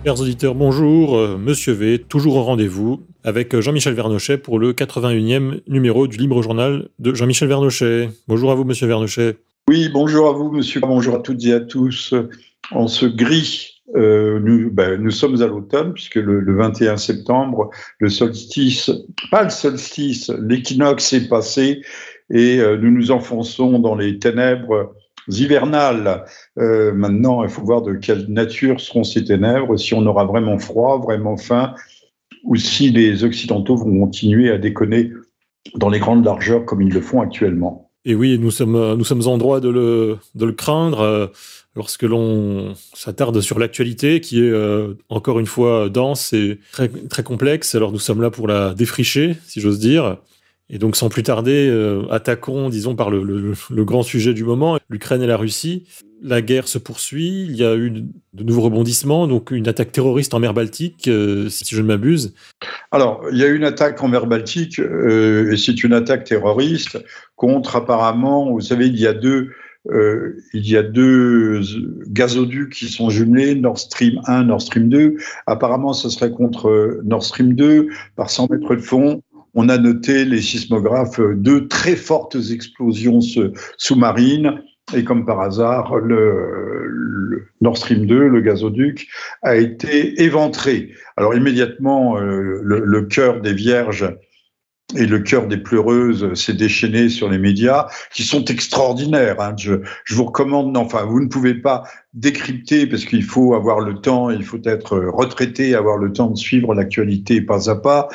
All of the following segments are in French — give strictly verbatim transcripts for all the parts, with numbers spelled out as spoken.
Chers auditeurs, bonjour, euh, Monsieur V, toujours au rendez-vous avec euh, Jean-Michel Vernochet pour le quatre-vingt-unième numéro du Libre Journal de Jean-Michel Vernochet. Bonjour à vous, Monsieur Vernochet. Oui, bonjour à vous, monsieur. Bonjour à toutes et à tous. En ce gris, euh, nous, ben, nous sommes à l'automne, puisque le, le vingt et un septembre, le solstice, pas le solstice, l'équinoxe est passé et euh, nous nous enfonçons dans les ténèbres hivernales. Euh, maintenant, il faut voir de quelle nature seront ces ténèbres, si on aura vraiment froid, vraiment faim, ou si les Occidentaux vont continuer à déconner dans les grandes largeurs comme ils le font actuellement. Et oui, nous sommes, nous sommes en droit de le, de le craindre euh, lorsque l'on s'attarde sur l'actualité qui est euh, encore une fois dense et très, très complexe. Alors nous sommes là pour la défricher, si j'ose dire. Et donc sans plus tarder, euh, attaquons, disons, par le, le, le grand sujet du moment, l'Ukraine et la Russie. La guerre se poursuit, il y a eu de nouveaux rebondissements, donc une attaque terroriste en mer Baltique, euh, si je ne m'abuse. Alors, il y a eu une attaque en mer Baltique, euh, et c'est une attaque terroriste contre, apparemment, vous savez, il y a deux, euh, il y a deux gazoducs qui sont jumelés, Nord Stream un, Nord Stream deux. Apparemment, ce serait contre Nord Stream deux, par cent mètres de fond. On a noté, les sismographes, deux très fortes explosions sous-marines. Et comme par hasard, le, le Nord Stream deux, le gazoduc, a été éventré. Alors immédiatement, euh, le, le cœur des vierges et le cœur des pleureuses s'est déchaîné sur les médias, qui sont extraordinaires. Hein. Je, je vous recommande, non, enfin, vous ne pouvez pas décrypter, parce qu'il faut avoir le temps, il faut être retraité, avoir le temps de suivre l'actualité pas à pas.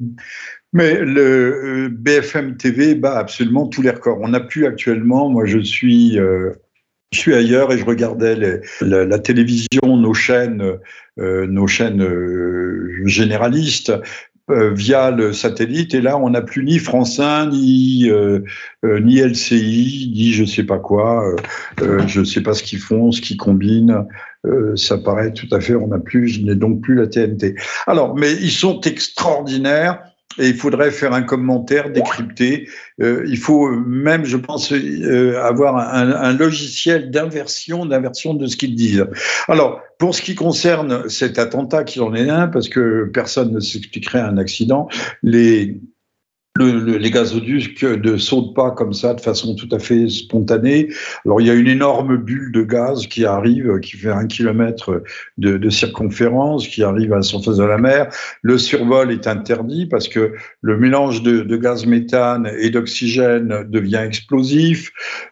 Mais le B F M T V bat absolument tous les records. On n'a plus actuellement, moi je suis, euh, je suis ailleurs et je regardais les, la, la télévision, nos chaînes, euh, nos chaînes euh, généralistes, euh, via le satellite. Et là, on n'a plus ni France un, ni, euh, euh, ni L C I, ni je sais pas quoi. Euh, euh, je ne sais pas ce qu'ils font, ce qu'ils combinent. Euh, ça paraît tout à fait, on n'a plus, je n'ai donc plus la T N T. Alors, mais ils sont extraordinaires. Et il faudrait faire un commentaire décrypté. Euh, il faut même, je pense, euh, avoir un, un logiciel d'inversion, d'inversion de ce qu'ils disent. Alors, pour ce qui concerne cet attentat, qui en est un, parce que personne ne s'expliquerait un accident, les Le, le, les gazoducs ne sautent pas comme ça de façon tout à fait spontanée. Alors il y a une énorme bulle de gaz qui arrive, qui fait un kilomètre de, de circonférence, qui arrive à la surface de la mer. Le survol est interdit parce que le mélange de, de gaz méthane et d'oxygène devient explosif.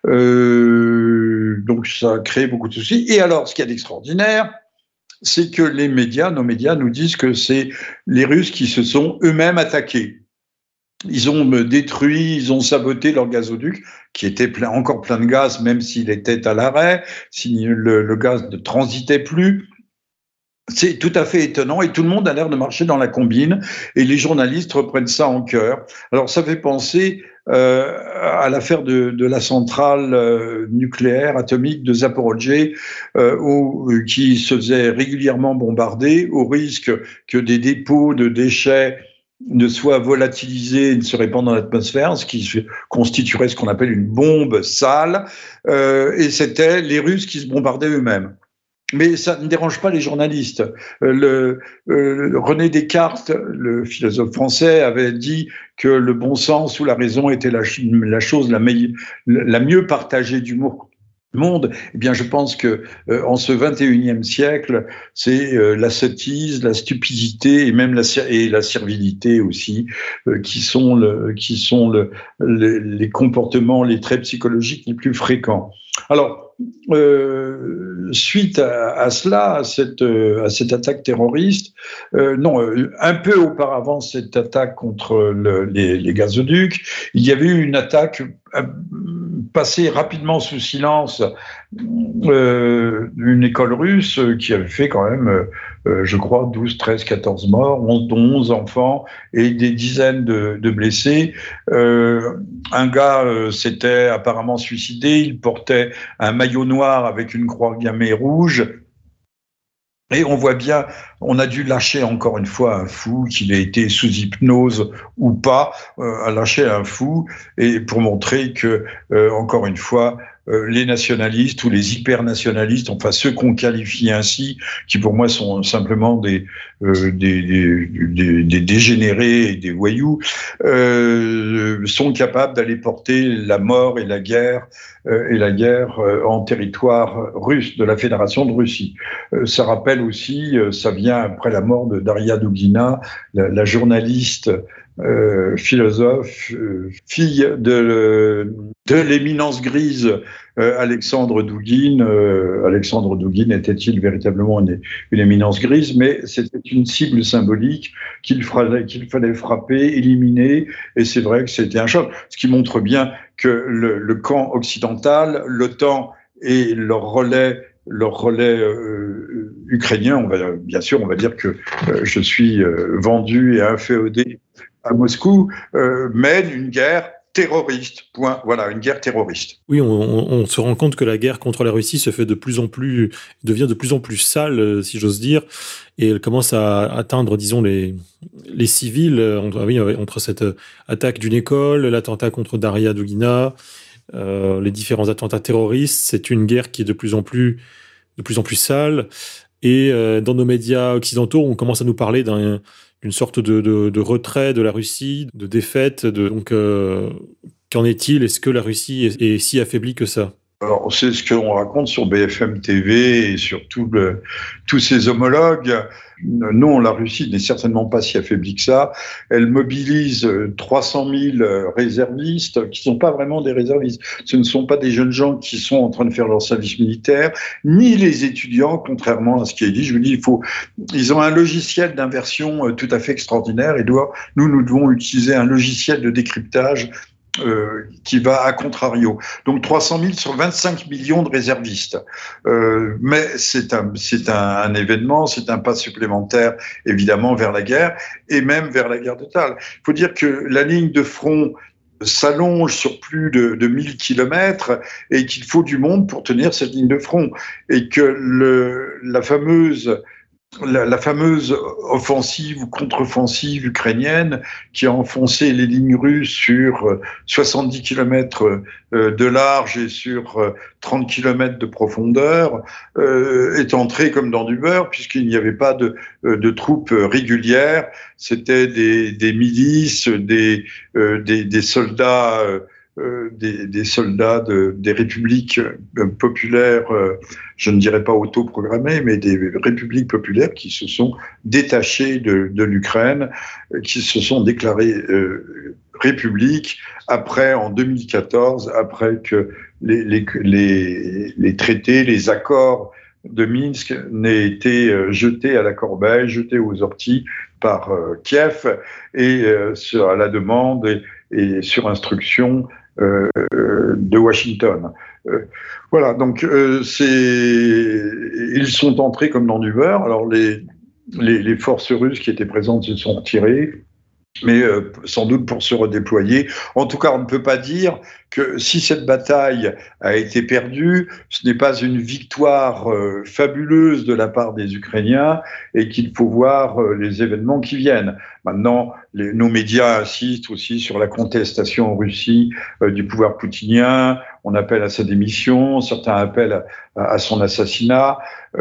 Euh, donc ça crée beaucoup de soucis. Et alors, ce qu'il y a d'extraordinaire, c'est que les médias, nos médias, nous disent que c'est les Russes qui se sont eux-mêmes attaqués. Ils ont détruit, ils ont saboté leur gazoduc, qui était plein, encore plein de gaz, même s'il était à l'arrêt, si le, le gaz ne transitait plus. C'est tout à fait étonnant et tout le monde a l'air de marcher dans la combine et les journalistes reprennent ça en cœur. Alors ça fait penser euh, à l'affaire de, de la centrale euh, nucléaire atomique de Zaporozhye euh, où, qui se faisait régulièrement bombarder au risque que des dépôts de déchets ne soit volatilisé, ne se répand dans l'atmosphère, ce qui constituerait ce qu'on appelle une bombe sale, euh, et c'était les Russes qui se bombardaient eux-mêmes. Mais ça ne dérange pas les journalistes. Le, euh, René Descartes, le philosophe français, avait dit que le bon sens ou la raison était la, la chose la, meille, la mieux partagée du monde. monde, eh bien, je pense que euh, en ce vingt et unième siècle, c'est euh, la sottise, la stupidité et même la et la servilité aussi euh, qui sont le, qui sont le, le, les comportements, les traits psychologiques les plus fréquents. Alors, euh, suite à, à cela, à cette, à cette attaque terroriste, euh, non, un peu auparavant cette attaque contre le, les, les gazoducs, il y avait eu une attaque passée rapidement sous silence, euh, une école russe qui avait fait quand même, euh, je crois, douze, treize, quatorze morts, onze, onze enfants et des dizaines de, de blessés. Euh, un gars euh, s'était apparemment suicidé, il portait un maillot noir avec une croix gammée rouge. Et on voit bien, on a dû lâcher encore une fois un fou, qu'il ait été sous hypnose ou pas, euh, à lâcher un fou, et pour montrer que, euh, encore une fois, euh, les nationalistes ou les hyper-nationalistes, enfin ceux qu'on qualifie ainsi, qui pour moi sont simplement des, euh, des, des, des, des dégénérés et des voyous, euh, sont capables d'aller porter la mort et la guerre euh, et la guerre euh, en territoire russe, de la Fédération de Russie. Euh, ça rappelle aussi, euh, ça vient après la mort de Daria Dugina, la, la journaliste Euh, philosophe, euh, fille de, de l'éminence grise euh, Alexandre Douguine. Euh, Alexandre Douguine était-il véritablement une, une éminence grise, mais c'était une cible symbolique qu'il fallait, qu'il fallait frapper, éliminer, et c'est vrai que c'était un choc. Ce qui montre bien que le, le camp occidental, l'OTAN et leur relais leur relais euh, ukrainien, on va, bien sûr, on va dire que euh, je suis euh, vendu et inféodé à Moscou, euh, mène une guerre terroriste. Point. Voilà, une guerre terroriste. Oui, on, on, on se rend compte que la guerre contre la Russie se fait de plus en plus, devient de plus en plus sale, si j'ose dire, et elle commence à atteindre, disons, les, les civils. Entre, oui, entre cette attaque d'une école, l'attentat contre Daria Dugina, euh, les différents attentats terroristes, c'est une guerre qui est de plus en plus, de plus en plus sale. Et euh, dans nos médias occidentaux, on commence à nous parler d'un une sorte de, de, de retrait de la Russie, de défaite. De, donc, euh, qu'en est-il? Est-ce que la Russie est, est si affaiblie que ça? Alors, c'est ce qu'on raconte sur B F M T V et sur tout le, tous ses homologues. Non, la Russie n'est certainement pas si affaiblie que ça. Elle mobilise trois cent mille réservistes qui ne sont pas vraiment des réservistes. Ce ne sont pas des jeunes gens qui sont en train de faire leur service militaire, ni les étudiants, contrairement à ce qui est dit. Je vous dis, il faut, ils ont un logiciel d'inversion tout à fait extraordinaire et doivent, nous, nous devons utiliser un logiciel de décryptage Euh, qui va à contrario. Donc trois cent mille sur vingt-cinq millions de réservistes. Euh, mais c'est un, c'est un, un événement, c'est un pas supplémentaire, évidemment, vers la guerre, et même vers la guerre totale. Il faut dire que la ligne de front s'allonge sur plus de, de mille kilomètres et qu'il faut du monde pour tenir cette ligne de front. Et que le, la fameuse La, la fameuse offensive ou contre-offensive ukrainienne qui a enfoncé les lignes russes sur soixante-dix kilomètres de large et sur trente kilomètres de profondeur euh, est entrée comme dans du beurre puisqu'il n'y avait pas de, de troupes régulières. C'était des, des milices, des, euh, des, des soldats euh, Euh, des, des soldats de, des républiques euh, populaires, euh, je ne dirais pas autoprogrammées, mais des républiques populaires qui se sont détachées de, de l'Ukraine, euh, qui se sont déclarées euh, républiques après, en deux mille quatorze, après que les, les, les, les traités, les accords de Minsk n'aient été euh, jetés à la corbeille, jetés aux orties par euh, Kiev et euh, sur, à la demande et, et sur instruction Euh, de Washington. Euh, voilà, donc euh, c'est, ils sont entrés comme dans du beurre. Alors les, les, les forces russes qui étaient présentes se sont retirées, mais euh, sans doute pour se redéployer. En tout cas, on ne peut pas dire que si cette bataille a été perdue, ce n'est pas une victoire euh, fabuleuse de la part des Ukrainiens et qu'il faut voir euh, les événements qui viennent. Maintenant, les, nos médias insistent aussi sur la contestation en Russie euh, du pouvoir poutinien. On appelle à sa démission, certains appellent à, à son assassinat.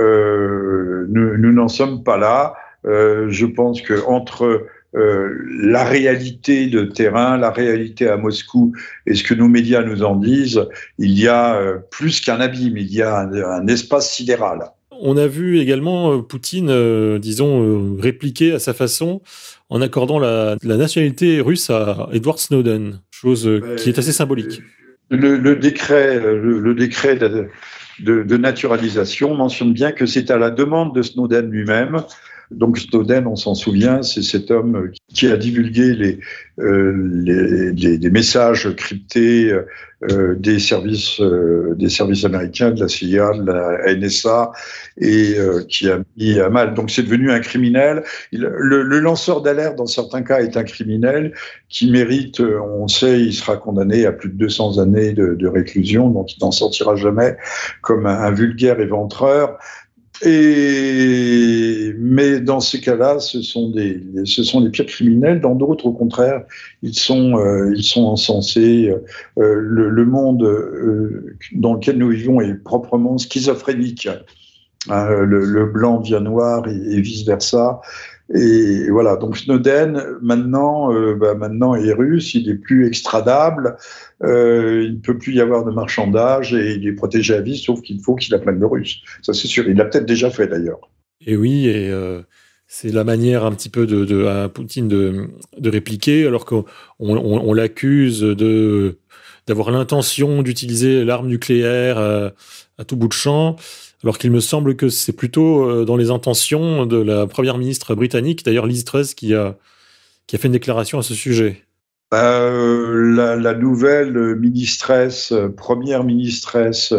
Euh, nous, nous n'en sommes pas là. Euh, je pense que entre Euh, la réalité de terrain, la réalité à Moscou et ce que nos médias nous en disent, il y a euh, plus qu'un abîme, il y a un, un espace sidéral. On a vu également euh, Poutine, euh, disons, euh, répliquer à sa façon en accordant la, la nationalité russe à Edward Snowden, chose euh, qui est assez symbolique. Le, le décret, le, le décret de, de, de naturalisation mentionne bien que c'est à la demande de Snowden lui-même. Donc Snowden, on s'en souvient, c'est cet homme qui a divulgué les, euh, les, les, les messages cryptés euh, des services, euh, des services américains, de la C I A, de la N S A, et euh, qui a mis à mal. Donc c'est devenu un criminel. Il, le, le lanceur d'alerte, dans certains cas, est un criminel qui mérite, on sait, il sera condamné à plus de deux cents années de, de réclusion, donc il n'en sortira jamais comme un, un vulgaire éventreur. Et, mais dans ces cas-là, ce sont des, ce sont les pires criminels. Dans d'autres, au contraire, ils sont, euh, ils sont encensés. Euh, le, le monde euh, dans lequel nous vivons est proprement schizophrénique. Hein, le, le blanc devient noir et, et vice versa. Et voilà. Donc Snowden, maintenant, euh, bah, maintenant est russe. Il est plus extradable. Euh, il ne peut plus y avoir de marchandage et il est protégé à vie, sauf qu'il faut qu'il apprenne le russe. Ça, c'est sûr. Il l'a peut-être déjà fait, d'ailleurs. Et oui, et euh, c'est la manière un petit peu de, de à Poutine de, de répliquer, alors qu'on on, on l'accuse de d'avoir l'intention d'utiliser l'arme nucléaire à, à tout bout de champ, alors qu'il me semble que c'est plutôt dans les intentions de la première ministre britannique, d'ailleurs Liz Truss, qui a, qui a fait une déclaration à ce sujet. Euh, la, la nouvelle ministresse, première ministresse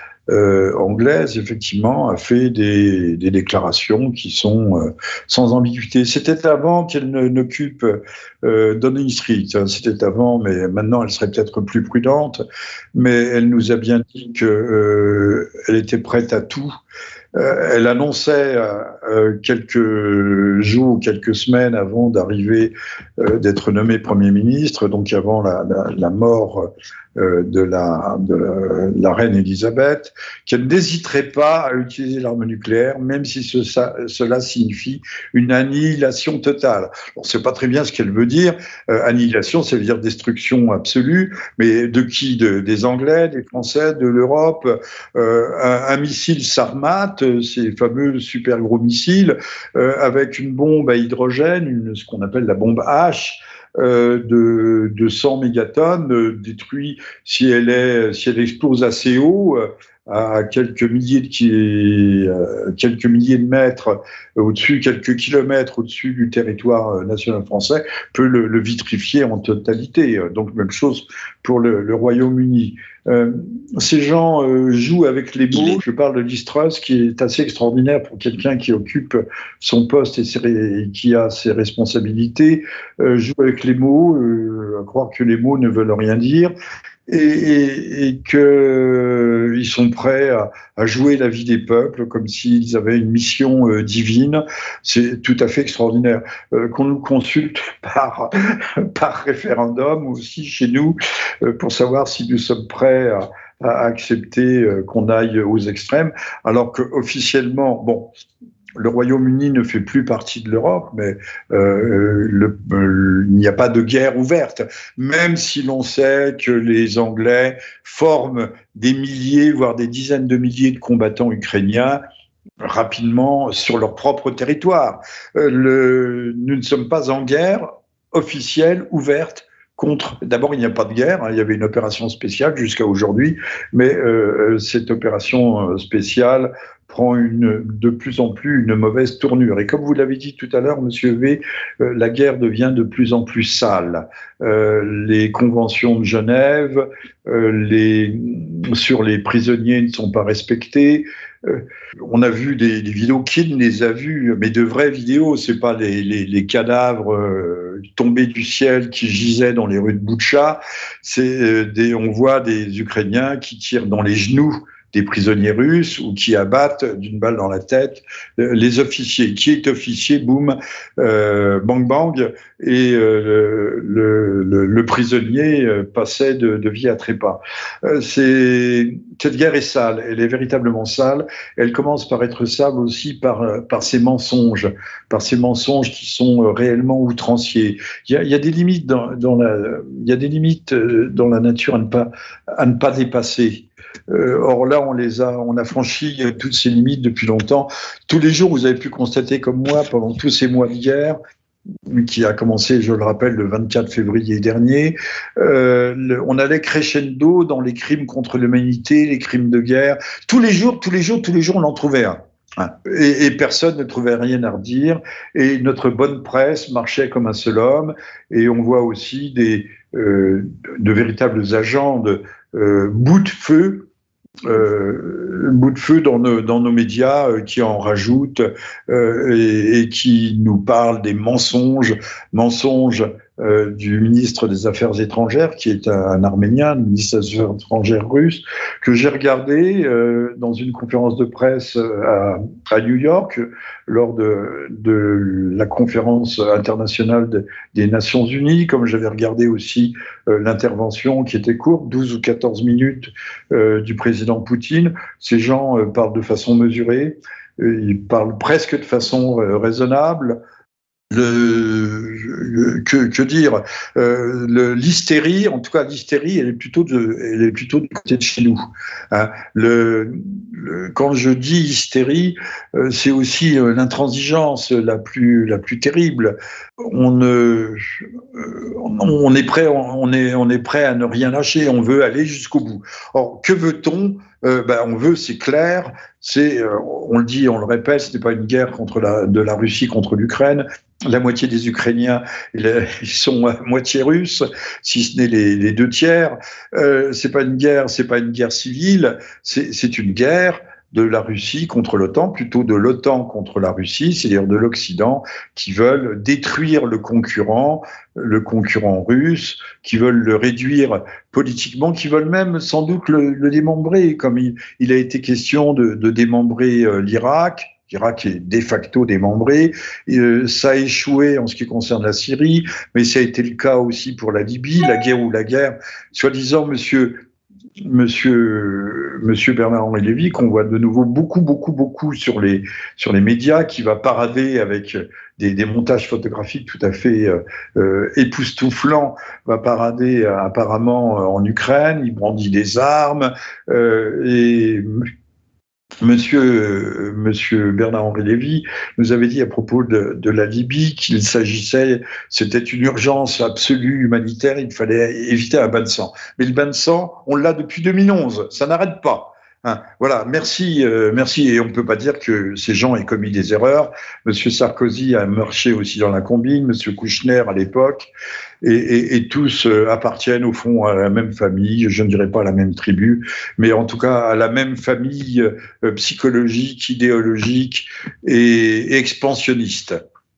euh, anglaise, effectivement, a fait des, des déclarations qui sont euh, sans ambiguïté. C'était avant qu'elle ne, n'occupe euh, Downing Street. Hein, c'était avant, mais maintenant elle serait peut-être plus prudente. Mais elle nous a bien dit qu'elle euh, était prête à tout. Euh, elle annonçait euh, quelques jours, quelques semaines avant d'arriver, euh, d'être nommée Premier ministre, donc avant la, la, la mort euh, de, la, de la, la reine Elisabeth, qu'elle n'hésiterait pas à utiliser l'arme nucléaire, même si ce, ça, cela signifie une annihilation totale. On ne sait pas très bien ce qu'elle veut dire. Euh, annihilation, ça veut dire destruction absolue, mais de qui? de, Des Anglais, des Français, de l'Europe. Euh, un, un missile Sarmat, ces fameux super gros missiles, euh, avec une bombe à hydrogène, une, ce qu'on appelle la bombe H, euh, de, de cent mégatonnes, euh, détruit si elle, est, si elle explose assez haut, euh, à quelques milliers de, euh, quelques milliers de mètres au-dessus, quelques kilomètres au-dessus du territoire national français, peut le, le vitrifier en totalité. Donc, même chose pour le, le Royaume-Uni. Euh, ces gens euh, jouent avec les mots. Je parle de Liz Truss, qui est assez extraordinaire pour quelqu'un qui occupe son poste et, ses, et qui a ses responsabilités. Euh, joue avec les mots, euh, à croire que les mots ne veulent rien dire. Et, et, et qu'ils sont prêts à, à jouer la vie des peuples comme s'ils avaient une mission euh, divine. C'est tout à fait extraordinaire. Euh, qu'on nous consulte par, par référendum aussi chez nous euh, pour savoir si nous sommes prêts à, à accepter euh, qu'on aille aux extrêmes, alors qu'officiellement, bon, le Royaume-Uni ne fait plus partie de l'Europe, mais euh, le, euh, il n'y a pas de guerre ouverte, même si l'on sait que les Anglais forment des milliers, voire des dizaines de milliers de combattants ukrainiens rapidement sur leur propre territoire. Euh, le, nous ne sommes pas en guerre officielle, ouverte, contre. D'abord, il n'y a pas de guerre, hein, il y avait une opération spéciale jusqu'à aujourd'hui, mais euh, cette opération spéciale prend une, de plus en plus une mauvaise tournure. Et comme vous l'avez dit tout à l'heure, Monsieur V, euh, la guerre devient de plus en plus sale. Euh, les conventions de Genève, euh, les, sur les prisonniers ne sont pas respectées. Euh, on a vu des, des vidéos, qui ne les a vues, mais de vraies vidéos, c'est pas les, les, les cadavres euh, tombés du ciel qui gisaient dans les rues de Boutcha, c'est euh, des, on voit des Ukrainiens qui tirent dans les genoux des prisonniers russes ou qui abattent d'une balle dans la tête euh, les officiers. Qui est officier, boum, euh, bang bang, et euh, le, le, le prisonnier euh, passait de, de vie à trépas. Euh, c'est, cette guerre est sale, elle est véritablement sale. Elle commence par être sale aussi par, par ces mensonges, par ces mensonges qui sont réellement outranciers. Il y a, il y a des limites dans, dans la, il y a des limites dans la nature à ne pas, à ne pas dépasser. Euh, or là, on les a, on a franchi toutes ces limites depuis longtemps. Tous les jours, vous avez pu constater, comme moi, pendant tous ces mois de guerre, qui a commencé, je le rappelle, le vingt-quatre février dernier, euh, le, on allait crescendo dans les crimes contre l'humanité, les crimes de guerre. Tous les jours, tous les jours, tous les jours, on en trouvait un. Et, et personne ne trouvait rien à redire. Et notre bonne presse marchait comme un seul homme. Et on voit aussi des, euh, de véritables agents de euh, bout de feu, euh, bout de feu dans nos, dans nos médias euh, qui en rajoutent euh, et, et qui nous parlent des mensonges, mensonges euh, du ministre des Affaires étrangères, qui est un, un Arménien, le ministre des Affaires étrangères russe, que j'ai regardé euh, dans une conférence de presse à, à New York, lors de, de la conférence internationale de, des Nations Unies, comme j'avais regardé aussi euh, l'intervention qui était courte, douze ou quatorze minutes euh, du président Poutine. Ces gens euh, parlent de façon mesurée, euh, ils parlent presque de façon euh, raisonnable. Le, que, que dire euh, le, l'hystérie, en tout cas l'hystérie, elle est plutôt de, elle est plutôt du côté de chez nous. Hein. Le, le, quand je dis hystérie, euh, c'est aussi euh, l'intransigeance la plus la plus terrible. On euh, on est prêt, on est on est prêt à ne rien lâcher. On veut aller jusqu'au bout. Or, que veut-on? Euh, ben, on veut, c'est clair. C'est, euh, on le dit, on le répète, ce n'est pas une guerre contre la, de la Russie contre l'Ukraine. La moitié des Ukrainiens, ils sont à moitié russes, si ce n'est les, les deux tiers. Euh, c'est pas une guerre, c'est pas une guerre civile, c'est, c'est une guerre de la Russie contre l'OTAN, plutôt de l'OTAN contre la Russie, c'est-à-dire de l'Occident, qui veulent détruire le concurrent, le concurrent russe, qui veulent le réduire politiquement, qui veulent même sans doute le, le démembrer, comme il, il a été question de, de démembrer euh, l'Irak. L'Irak est de facto démembré. Euh, ça a échoué en ce qui concerne la Syrie, mais ça a été le cas aussi pour la Libye, la guerre ou la guerre. Soi-disant, monsieur, monsieur, monsieur Bernard-Henri Lévy, qu'on voit de nouveau beaucoup, beaucoup, beaucoup sur les, sur les médias, qui va parader avec des, des montages photographiques tout à fait euh, époustouflants, va parader euh, apparemment euh, en Ukraine, il brandit des armes, euh, et Monsieur, Monsieur Bernard-Henri Lévy nous avait dit à propos de, de la Libye qu'il s'agissait, c'était une urgence absolue humanitaire, il fallait éviter un bain de sang. Mais le bain de sang, on l'a depuis deux mille onze, ça n'arrête pas. Hein, voilà, merci, euh, merci. Et on ne peut pas dire que ces gens aient commis des erreurs. Monsieur Sarkozy a marché aussi dans la combine, Monsieur Kouchner à l'époque, et, et, et tous euh, appartiennent au fond à la même famille. Je ne dirais pas à la même tribu, mais en tout cas à la même famille euh, psychologique, idéologique et, et expansionniste.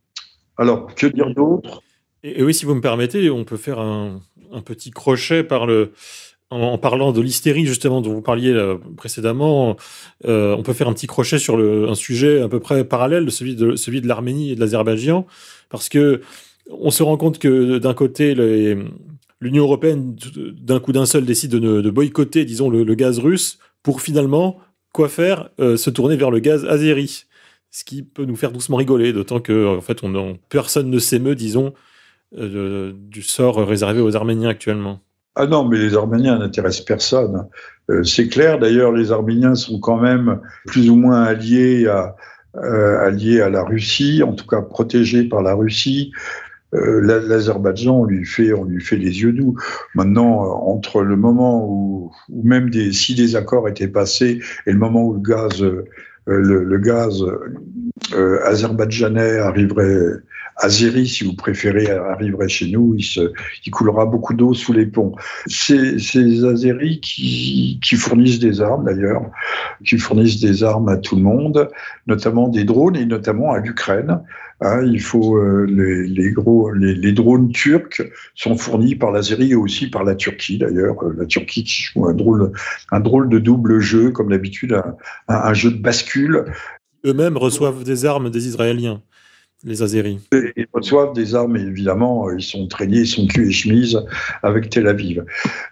Alors, que dire d'autre ? et, et oui, si vous me permettez, on peut faire un, un petit crochet par le. En parlant de l'hystérie, justement, dont vous parliez là, précédemment, euh, on peut faire un petit crochet sur le, un sujet à peu près parallèle, celui de, celui de l'Arménie et de l'Azerbaïdjan, parce que on se rend compte que d'un côté, les, l'Union européenne, d'un coup d'un seul, décide de, ne, de boycotter, disons, le, le gaz russe, pour finalement, quoi faire euh, se tourner vers le gaz azéri, ce qui peut nous faire doucement rigoler, d'autant que, en fait, on, on, personne ne s'émeut, disons, euh, du sort réservé aux Arméniens actuellement. Ah non, mais les Arméniens n'intéressent personne. Euh, c'est clair, d'ailleurs, les Arméniens sont quand même plus ou moins alliés à, euh, alliés à la Russie, en tout cas protégés par la Russie. Euh, L'Azerbaïdjan, on lui fait, on lui fait les yeux doux. Maintenant, euh, entre le moment où, où même des, si des accords étaient passés et le moment où le gaz, euh, le, le gaz euh, azerbaïdjanais arriverait, azéri, si vous préférez, arriverait chez nous, il, se, il coulera beaucoup d'eau sous les ponts. C'est ces Azéris qui, qui fournissent des armes, d'ailleurs, qui fournissent des armes à tout le monde, notamment des drones, et notamment à l'Ukraine. Hein, il faut euh, les, les gros, les, les drones turcs sont fournis par l'Azérie et aussi par la Turquie, d'ailleurs. La Turquie qui joue un drôle, un drôle de double jeu, comme d'habitude, un, un, un jeu de bascule. Eux-mêmes reçoivent des armes des Israéliens. Les Azéris. Ils reçoivent des armes, et évidemment, ils sont traînés, ils sont cul et chemise avec Tel Aviv.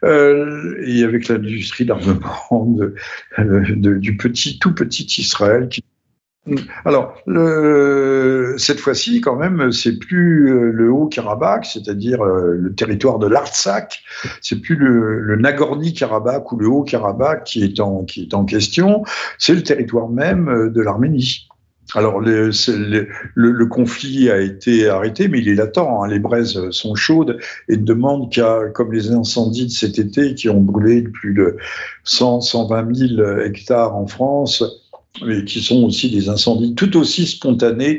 Euh, et avec l'industrie d'armement de, de, du petit, tout petit Israël. Qui... Alors, le, cette fois-ci, quand même, c'est plus le Haut-Karabakh, c'est-à-dire le territoire de l'Artsakh, c'est plus le, le Nagorno-Karabakh ou le Haut-Karabakh qui est en, qui est en question, c'est le territoire même de l'Arménie. Alors, le, le, le, le conflit a été arrêté, mais il est latent. Hein. Les braises sont chaudes et ne demandent qu'à, comme les incendies de cet été qui ont brûlé plus de cent à cent vingt mille hectares en France, mais qui sont aussi des incendies tout aussi spontanés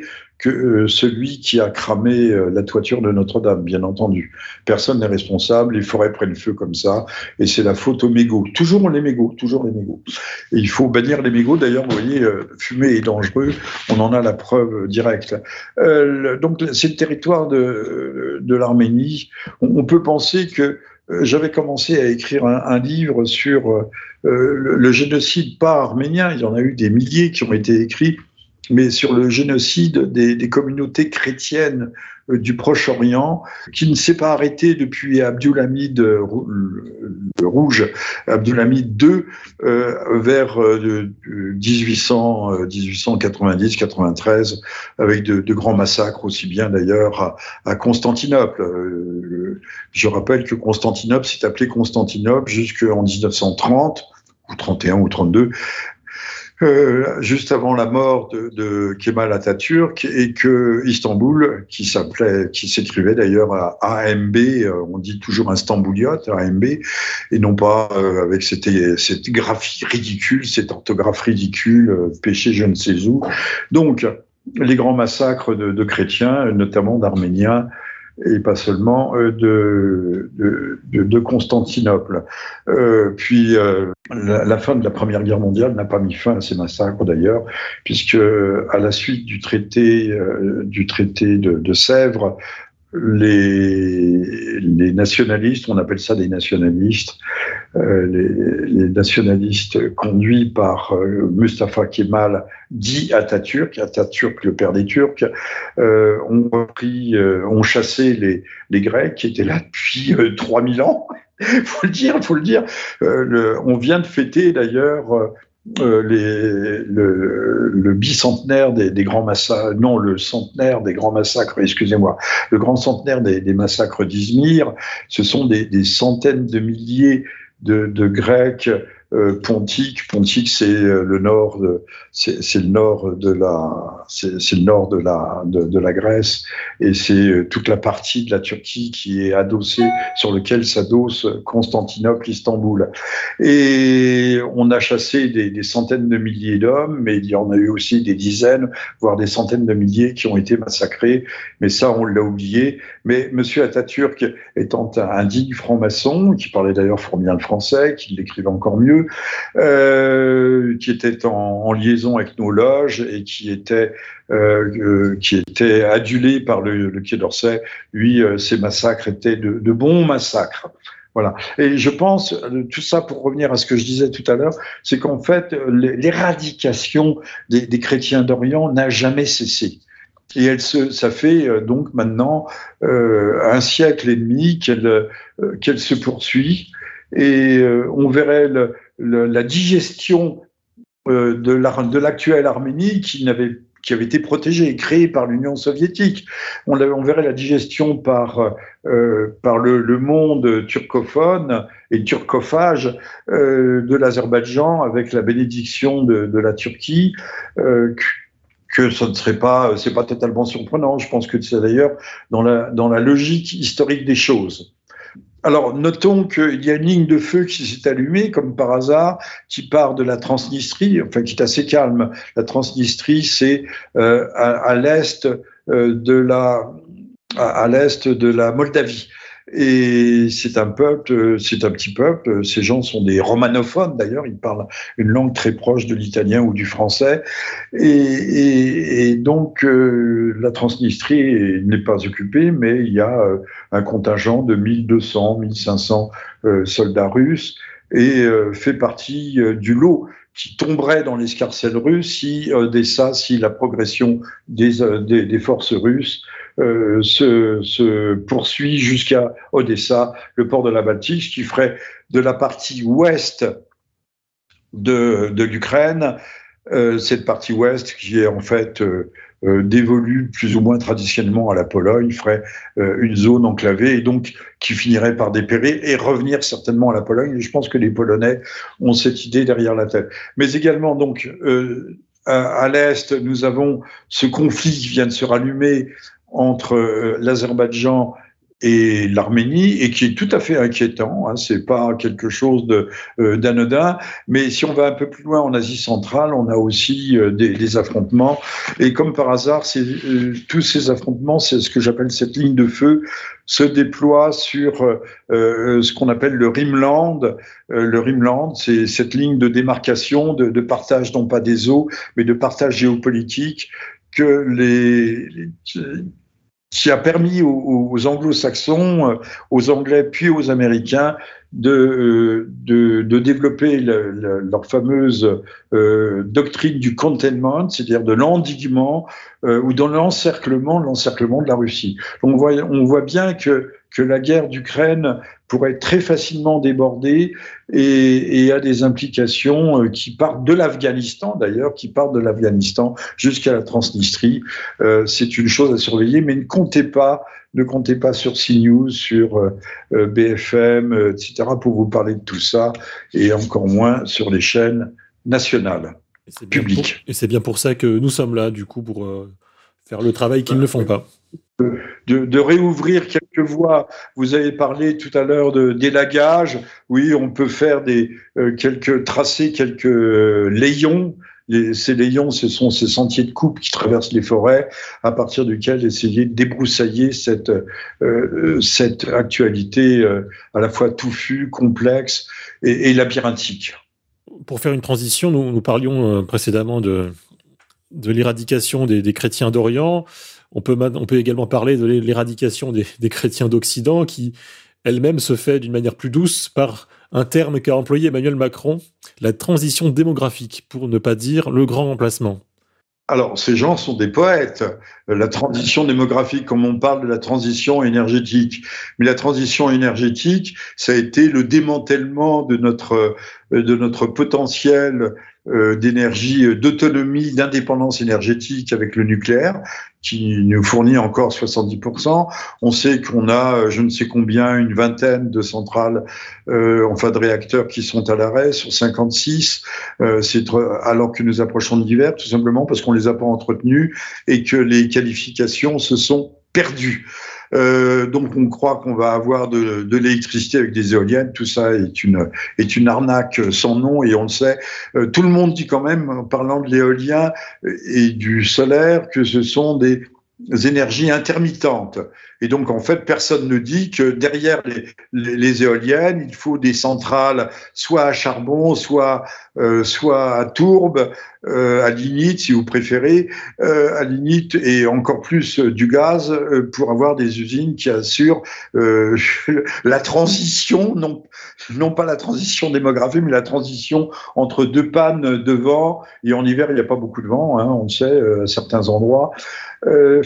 que euh, celui qui a cramé euh, la toiture de Notre-Dame, bien entendu. Personne n'est responsable, les forêts prennent feu comme ça, et c'est la faute aux mégots. Toujours les mégots, toujours les mégots. Et il faut bannir les mégots, d'ailleurs, vous voyez, euh, fumer est dangereux, on en a la preuve directe. Euh, le, donc c'est le territoire de, de l'Arménie. On, on peut penser que j'avais commencé à écrire un, un livre sur euh, le, le génocide pas arménien, il y en a eu des milliers qui ont été écrits, mais sur le génocide des, des communautés chrétiennes euh, du Proche-Orient, qui ne s'est pas arrêté depuis Abdulhamid euh, le Rouge, Abdulhamid deux, euh, vers euh, dix-huit cents, euh, dix-huit cent quatre-vingt-dix quatre-vingt-treize, avec de, de grands massacres, aussi bien d'ailleurs à, à Constantinople. Euh, je rappelle que Constantinople s'est appelé Constantinople jusqu'en dix-neuf cent trente, ou trente et un ou trente-deux, Euh, juste avant la mort de, de Kemal Atatürk, et que Istanbul, qui s'appelait, qui s'écrivait d'ailleurs à A M B, euh, on dit toujours Istanbuliote, A M B, et non pas euh, avec cette, cette graphie ridicule, cette orthographe ridicule, euh, péché je ne sais où. Donc, les grands massacres de, de chrétiens, notamment d'Arméniens, et pas seulement euh, de, de, de, de Constantinople. Euh, puis euh, la, la fin de la Première Guerre mondiale n'a pas mis fin à ces massacres d'ailleurs, puisque à la suite du traité, euh, du traité de, de Sèvres, les, les nationalistes, on appelle ça des nationalistes, euh, les, les nationalistes conduits par euh, Mustafa Kemal, dit Atatürk, Atatürk le père des Turcs, euh, ont repris, euh, ont chassé les, les Grecs qui étaient là depuis euh, trois mille ans. faut le dire, faut le dire. Euh, le, on vient de fêter d'ailleurs euh, Euh, les, le, le bicentenaire des, des grands massacres, non, le centenaire des grands massacres, excusez-moi, le grand centenaire des, des massacres d'Izmir. Ce sont des, des centaines de milliers de, de Grecs euh, pontiques. Pontique, c'est le nord, de, c'est, c'est le nord de la, c'est, c'est le nord de la, de, de la Grèce, et c'est toute la partie de la Turquie qui est adossée, sur lequel s'adosse Constantinople, Istanbul. Et on a chassé des, des centaines de milliers d'hommes, mais il y en a eu aussi des dizaines, voire des centaines de milliers qui ont été massacrés. Mais ça, on l'a oublié. Mais Monsieur Atatürk, étant un digne franc-maçon, qui parlait d'ailleurs fort bien le français, qui l'écrivait encore mieux, euh, qui était en, en liaison avec nos loges et qui était, euh, euh, qui était adulé par le, le Quai d'Orsay, lui, euh, ces massacres étaient de, de bons massacres. Voilà. Et je pense, tout ça pour revenir à ce que je disais tout à l'heure, c'est qu'en fait, l'éradication des, des chrétiens d'Orient n'a jamais cessé. Et elle se, ça fait donc maintenant euh, un siècle et demi qu'elle euh, qu'elle se poursuit. Et euh, on verrait le, le, la digestion euh, de, la, de l'actuelle Arménie qui n'avait qui avait été protégée et créée par l'Union soviétique. On, on verrait la digestion par, euh, par le, le monde turcophone et turcophage euh, de l'Azerbaïdjan avec la bénédiction de, de la Turquie, euh, que ce ne serait pas, c'est pas totalement surprenant. Je pense que c'est d'ailleurs dans la, dans la logique historique des choses. Alors, notons qu'il y a une ligne de feu qui s'est allumée, comme par hasard, qui part de la Transnistrie, enfin, qui est assez calme. La Transnistrie, c'est euh, à, à l'est euh, de la, à, à l'est de la Moldavie. Et c'est un peuple, c'est un petit peuple. Ces gens sont des romanophones d'ailleurs. Ils parlent une langue très proche de l'italien ou du français. Et, et, et donc euh, la Transnistrie n'est pas occupée, mais il y a euh, un contingent de mille deux cents, mille cinq cents euh, soldats russes et euh, fait partie euh, du lot qui tomberait dans l'escarcelle russe si Odessa, si la progression des, des, des forces russes euh, se, se poursuit jusqu'à Odessa, le port de la Baltique, ce qui ferait de la partie ouest de, de l'Ukraine, euh, cette partie ouest qui est en fait euh, euh, dévolue plus ou moins traditionnellement à la Pologne, ferait euh, une zone enclavée et donc qui finirait par dépérir et revenir certainement à la Pologne. Et je pense que les Polonais ont cette idée derrière la tête. Mais également donc euh, à, à l'est, nous avons ce conflit qui vient de se rallumer entre euh, l'Azerbaïdjan et l'Arménie, et qui est tout à fait inquiétant, hein, c'est pas quelque chose de, euh, d'anodin, mais si on va un peu plus loin en Asie centrale, on a aussi euh, des, des affrontements, et comme par hasard, c'est, euh, tous ces affrontements, c'est ce que j'appelle cette ligne de feu, se déploie sur euh, ce qu'on appelle le Rimland. Euh, le Rimland, c'est cette ligne de démarcation, de, de partage non pas des eaux, mais de partage géopolitique que les, les qui a permis aux, aux anglo-saxons, aux anglais puis aux américains de, de, de développer le, le, leur fameuse euh, doctrine du containment, c'est-à-dire de l'endiguement euh, ou de l'encerclement, l'encerclement de la Russie. Donc on voit, on voit bien que, que la guerre d'Ukraine pourrait très facilement déborder et, et a des implications qui partent de l'Afghanistan, d'ailleurs, qui partent de l'Afghanistan jusqu'à la Transnistrie. Euh, c'est une chose à surveiller, mais ne comptez pas, ne comptez pas sur CNews, sur euh, B F M, euh, et cetera, pour vous parler de tout ça, et encore moins sur les chaînes nationales, et publiques. Pour, et c'est bien pour ça que nous sommes là, du coup, pour euh, faire le travail qu'ils ne font pas. De, de réouvrir quelques voies. Vous avez parlé tout à l'heure de d'élagage. Oui, on peut faire des euh, quelques tracés, quelques euh, layons. Les, ces layons, ce sont ces sentiers de coupe qui traversent les forêts, à partir duquel essayer de débroussailler cette euh, cette actualité euh, à la fois touffue, complexe et, et labyrinthique. Pour faire une transition, nous, nous parlions euh, précédemment de de l'éradication des, des chrétiens d'Orient. On peut, on peut également parler de l'éradication des, des chrétiens d'Occident, qui elle-même se fait d'une manière plus douce par un terme qu'a employé Emmanuel Macron, la transition démographique, pour ne pas dire le grand remplacement. Alors, ces gens sont des poètes. La transition démographique, comme on parle de la transition énergétique. Mais la transition énergétique, ça a été le démantèlement de notre, de notre potentiel euh, d'énergie, d'autonomie, d'indépendance énergétique avec le nucléaire, qui nous fournit encore soixante-dix pour cent. On sait qu'on a, je ne sais combien, une vingtaine de centrales, euh, enfin de réacteurs qui sont à l'arrêt sur cinquante-six, euh, c'est alors que nous approchons de l'hiver, tout simplement parce qu'on les a pas entretenus et que les qualifications se sont perdues. Euh, donc on croit qu'on va avoir de, de l'électricité avec des éoliennes, tout ça est une, est une arnaque sans nom et on le sait. Euh, tout le monde dit quand même, en parlant de l'éolien et du solaire, que ce sont des énergies intermittentes. Et donc, en fait, personne ne dit que derrière les, les, les éoliennes, il faut des centrales soit à charbon, soit, euh, soit à tourbe, euh, à lignite, si vous préférez, euh, à lignite et encore plus euh, du gaz euh, pour avoir des usines qui assurent euh, la transition, non, non pas la transition démographique, mais la transition entre deux pannes de vent. Et en hiver, il n'y a pas beaucoup de vent, hein, on le sait, euh, à certains endroits. Euh,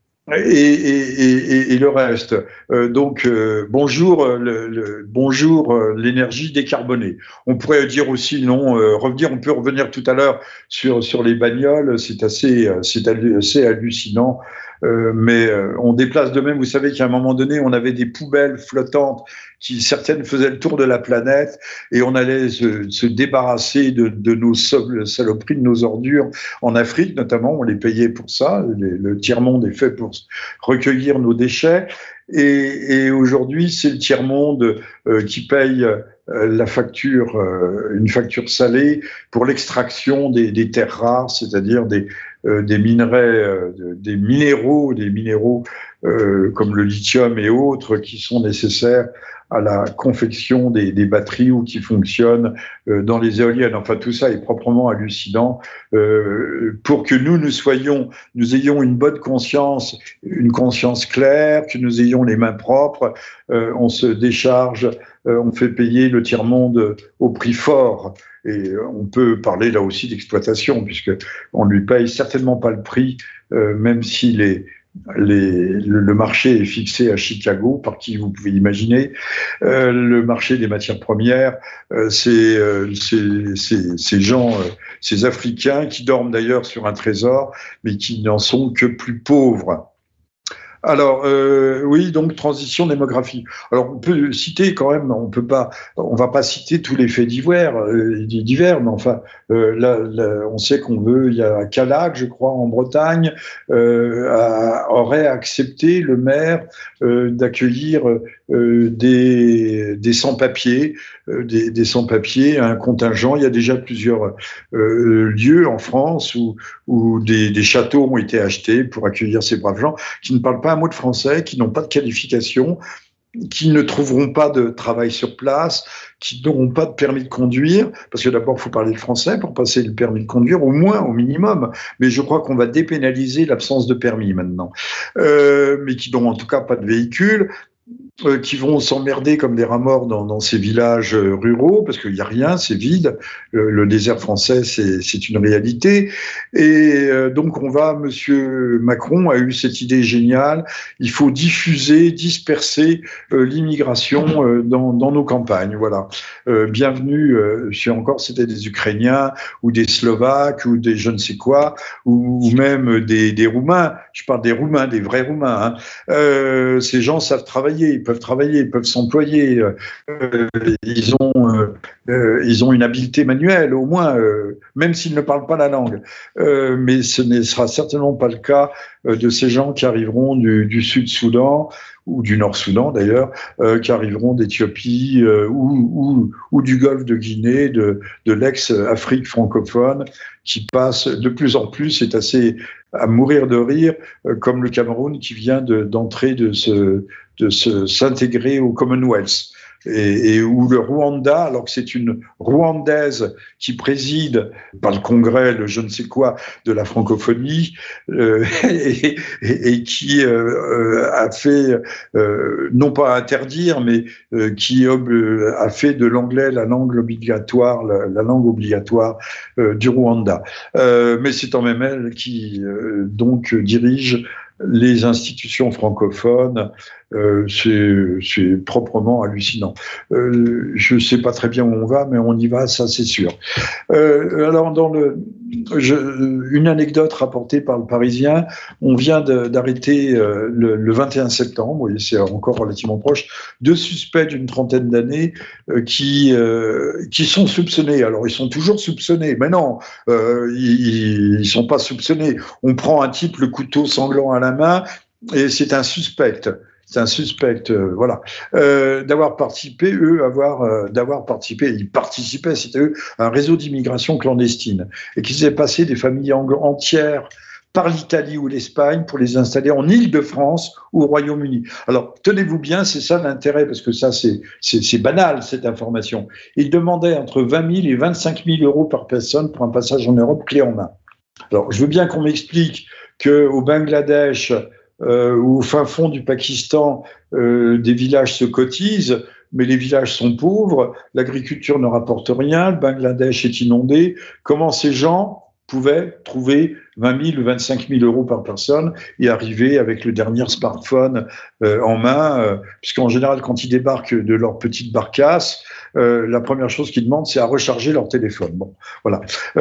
Et, et, et, et le reste. Euh, donc euh, bonjour, le, le, bonjour euh, l'énergie décarbonée. On pourrait dire aussi non, euh, revenir. On peut revenir tout à l'heure sur sur les bagnoles. C'est assez, c'est assez hallucinant. Euh, mais euh, on déplace de même. Vous savez qu'à un moment donné, on avait des poubelles flottantes qui certaines faisaient le tour de la planète et on allait se, se débarrasser de, de nos saloperies, de nos ordures en Afrique notamment. On les payait pour ça. Les, le tiers-monde est fait pour recueillir nos déchets. Et, et aujourd'hui, c'est le tiers-monde euh, qui paye euh, la facture, euh, une facture salée pour l'extraction des, des terres rares, c'est-à-dire des, euh, des minerais, euh, des minéraux, des minéraux euh, comme le lithium et autres qui sont nécessaires à la confection des, des batteries ou qui fonctionnent euh, dans les éoliennes. Enfin, tout ça est proprement hallucinant. Euh, pour que nous, nous soyons, nous ayons une bonne conscience, une conscience claire, que nous ayons les mains propres, euh, on se décharge, euh, on fait payer le tiers-monde au prix fort. Et on peut parler là aussi d'exploitation, puisque on lui paye certainement pas le prix, euh, même s'il est Les, le, le marché est fixé à Chicago, par qui vous pouvez imaginer. Euh, le marché des matières premières, euh, c'est euh, ces gens, euh, ces Africains qui dorment d'ailleurs sur un trésor, mais qui n'en sont que plus pauvres. Alors euh, oui, donc transition démographique. Alors on peut citer quand même, on peut pas, on va pas citer tous les faits divers, euh, divers, mais enfin euh, là, là, on sait qu'on veut, il y a Calac, je crois, en Bretagne, euh, a, aurait accepté le maire euh, d'accueillir euh, des, des sans-papiers, euh, des, des sans-papiers, un contingent. Il y a déjà plusieurs euh, lieux en France où, où des, des châteaux ont été achetés pour accueillir ces braves gens qui ne parlent pas un mot de français, qui n'ont pas de qualification, qui ne trouveront pas de travail sur place, qui n'auront pas de permis de conduire, parce que d'abord, il faut parler le français pour passer le permis de conduire, au moins, au minimum. Mais je crois qu'on va dépénaliser l'absence de permis maintenant. Euh, mais qui n'ont en tout cas pas de véhicule. Euh, qui vont s'emmerder comme des rats morts dans, dans ces villages euh, ruraux, parce qu'il n'y a rien, c'est vide. Le, le désert français, c'est, c'est une réalité. Et euh, donc, on va, Monsieur Macron a eu cette idée géniale, il faut diffuser, disperser euh, l'immigration euh, dans, dans nos campagnes. Voilà. Euh, bienvenue, euh, je sais encore, c'était des Ukrainiens, ou des Slovaques, ou des je ne sais quoi, ou, ou même des, des Roumains. Je parle des Roumains, des vrais Roumains. Hein. Euh, ces gens savent travailler, ils peuvent travailler, ils peuvent s'employer, euh, ils ont, euh, euh, ils ont une habileté manuelle au moins, euh, même s'ils ne parlent pas la langue. Euh, mais ce ne sera certainement pas le cas euh, de ces gens qui arriveront du, du Sud-Soudan ou du Nord-Soudan d'ailleurs, euh, qui arriveront d'Éthiopie euh, ou, ou, ou du Golfe de Guinée, de, de l'ex-Afrique francophone, qui passe de plus en plus, c'est assez à mourir de rire, euh, comme le Cameroun qui vient de, d'entrer de se de se, s'intégrer au Commonwealth. Et, et où le Rwanda, alors que c'est une Rwandaise qui préside par le congrès, le je ne sais quoi, de la francophonie, euh, et, et, et qui euh, a fait, euh, non pas interdire, mais euh, qui ob- a fait de l'anglais la langue obligatoire, la, la langue obligatoire euh, du Rwanda. Euh, mais c'est quand même elle qui euh, donc dirige les institutions francophones. Euh, c'est, c'est proprement hallucinant. Euh, je ne sais pas très bien où on va, mais on y va, ça c'est sûr. Euh, alors, dans le, je, une anecdote rapportée par le Parisien, on vient de, d'arrêter euh, le, le vingt et un septembre, vous voyez, c'est encore relativement proche, deux suspects d'une trentaine d'années euh, qui, euh, qui sont soupçonnés. Alors, ils sont toujours soupçonnés, mais non, euh, ils ne sont pas soupçonnés. On prend un type, le couteau sanglant à la main, et c'est un suspect. C'est un suspect, euh, voilà, euh, d'avoir participé, eux, avoir, euh, d'avoir participé, ils participaient, c'était eux, à un réseau d'immigration clandestine, et qu'ils avaient passé des familles entières par l'Italie ou l'Espagne pour les installer en Île-de-France ou au Royaume-Uni. Alors, tenez-vous bien, c'est ça l'intérêt, parce que ça, c'est, c'est, c'est banal, cette information. Ils demandaient entre vingt mille et vingt-cinq mille euros par personne pour un passage en Europe clé en main. Alors, je veux bien qu'on m'explique qu'au Bangladesh, Euh, au fin fond du Pakistan, euh, des villages se cotisent, mais les villages sont pauvres, l'agriculture ne rapporte rien, le Bangladesh est inondé. Comment ces gens pouvaient trouver vingt mille ou vingt-cinq mille euros par personne et arriver avec le dernier smartphone euh, en main, euh, puisqu'en général, quand ils débarquent de leur petite barcasse, euh, la première chose qu'ils demandent, c'est à recharger leur téléphone. Bon, voilà.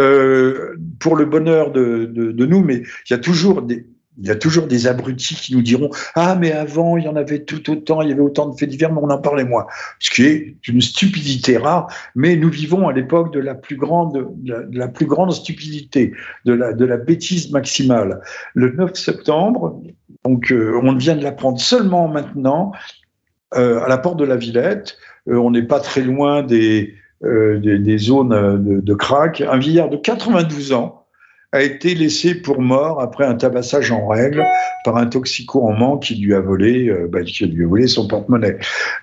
Euh, pour le bonheur de, de, de nous, mais il y a toujours des Il y a toujours des abrutis qui nous diront « Ah, mais avant, il y en avait tout autant, il y avait autant de faits divers, mais on en parlait moins. » Ce qui est une stupidité rare, mais nous vivons à l'époque de la plus grande, de la, de la plus grande stupidité, de la, de la bêtise maximale. Le neuf septembre, donc euh, on vient de l'apprendre seulement maintenant, euh, à la porte de la Villette, euh, on n'est pas très loin des, euh, des, des zones de, de crack, un vieillard de quatre-vingt-douze ans, a été laissé pour mort après un tabassage en règle par un toxico en manque qui lui a volé, euh, bah, qui lui a volé son porte-monnaie.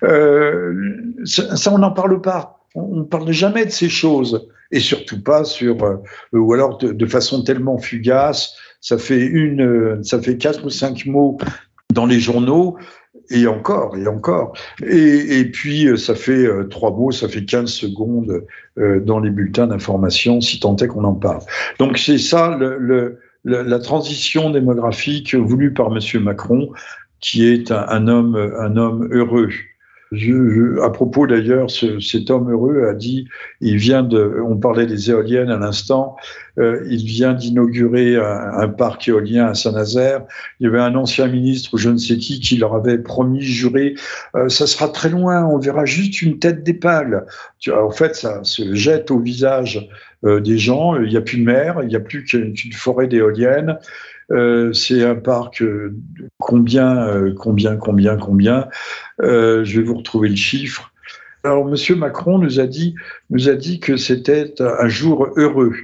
Euh, ça, ça, on n'en parle pas. On ne parle jamais de ces choses. Et surtout pas sur, euh, ou alors de, de façon tellement fugace. Ça fait une, ça fait quatre ou cinq mots dans les journaux. Et encore, et encore. Et, et puis, ça fait euh, trois mots, ça fait quinze secondes euh, dans les bulletins d'information, si tant est qu'on en parle. Donc, c'est ça, le, le, le, la transition démographique voulue par M. Macron, qui est un, un, homme, un homme heureux. Je, je, à propos d'ailleurs, ce, cet homme heureux a dit, il vient de, on parlait des éoliennes à l'instant, euh, il vient d'inaugurer un, un parc éolien à Saint-Nazaire. Il y avait un ancien ministre ou je ne sais qui qui leur avait promis, juré, euh, ça sera très loin, on verra juste une tête d'épingle. Tu vois, en fait, ça se jette au visage euh, des gens. Il n'y a plus de mer, il n'y a plus qu'une, qu'une forêt d'éoliennes. Euh, c'est un parc euh, combien, euh, combien, combien, combien. Euh, je vais vous retrouver le chiffre. Alors, Monsieur Macron nous a dit, nous a dit que c'était un jour heureux,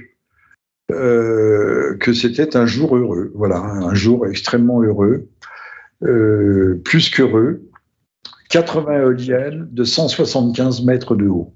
euh, que c'était un jour heureux. Voilà, un jour extrêmement heureux, euh, plus qu'heureux. quatre-vingts éoliennes de cent soixante-quinze mètres de haut,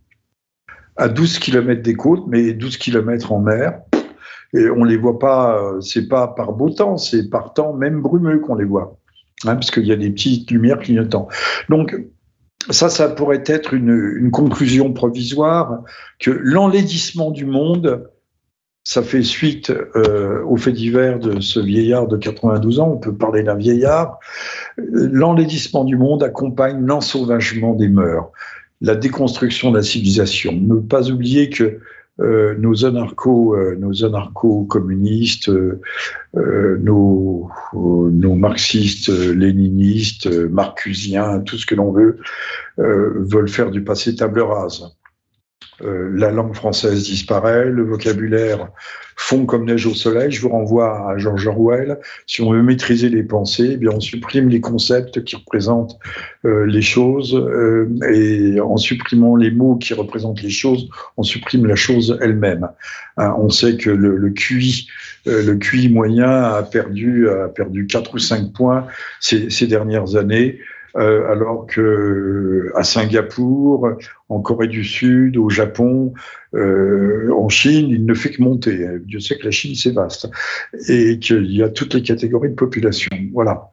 à douze kilomètres des côtes, mais douze kilomètres en mer. Et on les voit pas, c'est pas par beau temps, c'est par temps même brumeux qu'on les voit, hein, parce qu'il y a des petites lumières clignotants. Donc ça, ça pourrait être une, une conclusion provisoire que l'enlaidissement du monde, ça fait suite euh, au fait divers de ce vieillard de quatre-vingt-douze ans, on peut parler d'un vieillard. L'enlaidissement du monde accompagne l'ensauvagement des mœurs, la déconstruction de la civilisation. Ne pas oublier que Euh, nos anarcho, euh, nos anarcho-communistes, euh, euh, nos, euh, nos marxistes, euh, léninistes, euh, marcusiens, tout ce que l'on veut, euh, veulent faire du passé table rase. Euh, la langue française disparaît, le vocabulaire fond comme neige au soleil. Je vous renvoie à George Orwell. Si on veut maîtriser les pensées, eh bien on supprime les concepts qui représentent euh, les choses, euh, et en supprimant les mots qui représentent les choses, on supprime la chose elle-même. Hein, on sait que le, le Q I, euh, le Q I moyen a perdu, a perdu quatre ou cinq points ces, ces dernières années. Euh, alors que à Singapour, en Corée du Sud, au Japon, euh, en Chine, il ne fait que monter. Dieu sait que la Chine, c'est vaste. Et qu'il y a toutes les catégories de population. Voilà.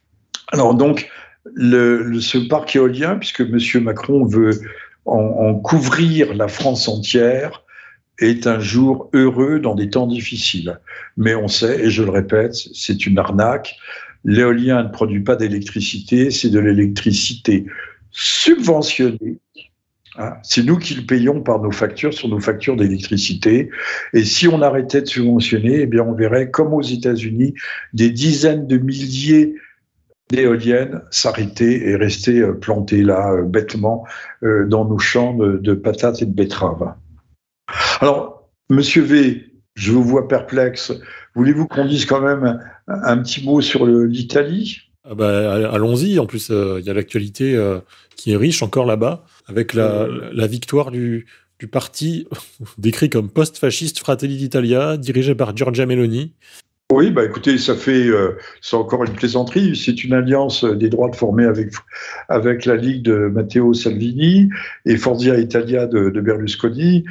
Alors donc, le, le, ce parc éolien, puisque M. Macron veut en, en couvrir la France entière, est un jour heureux dans des temps difficiles. Mais on sait, et je le répète, c'est une arnaque. L'éolien ne produit pas d'électricité, c'est de l'électricité subventionnée. Hein, c'est nous qui le payons par nos factures, sur nos factures d'électricité. Et si on arrêtait de subventionner, eh bien on verrait, comme aux États-Unis, des dizaines de milliers d'éoliennes s'arrêter et rester plantées là, euh, bêtement, euh, dans nos champs de, de patates et de betteraves. Alors, Monsieur V, je vous vois perplexe. Voulez-vous qu'on dise quand même un, un petit mot sur le, l'Italie ? Ah bah, allons-y. En plus, il euh, y a l'actualité euh, qui est riche encore là-bas, avec la, euh... la victoire du, du parti décrit comme post-fasciste Fratelli d'Italia, dirigé par Giorgia Meloni. Oui, bah écoutez, ça fait, euh, c'est encore une plaisanterie. C'est une alliance des droites formée avec avec la Ligue de Matteo Salvini et Forza Italia de, de Berlusconi.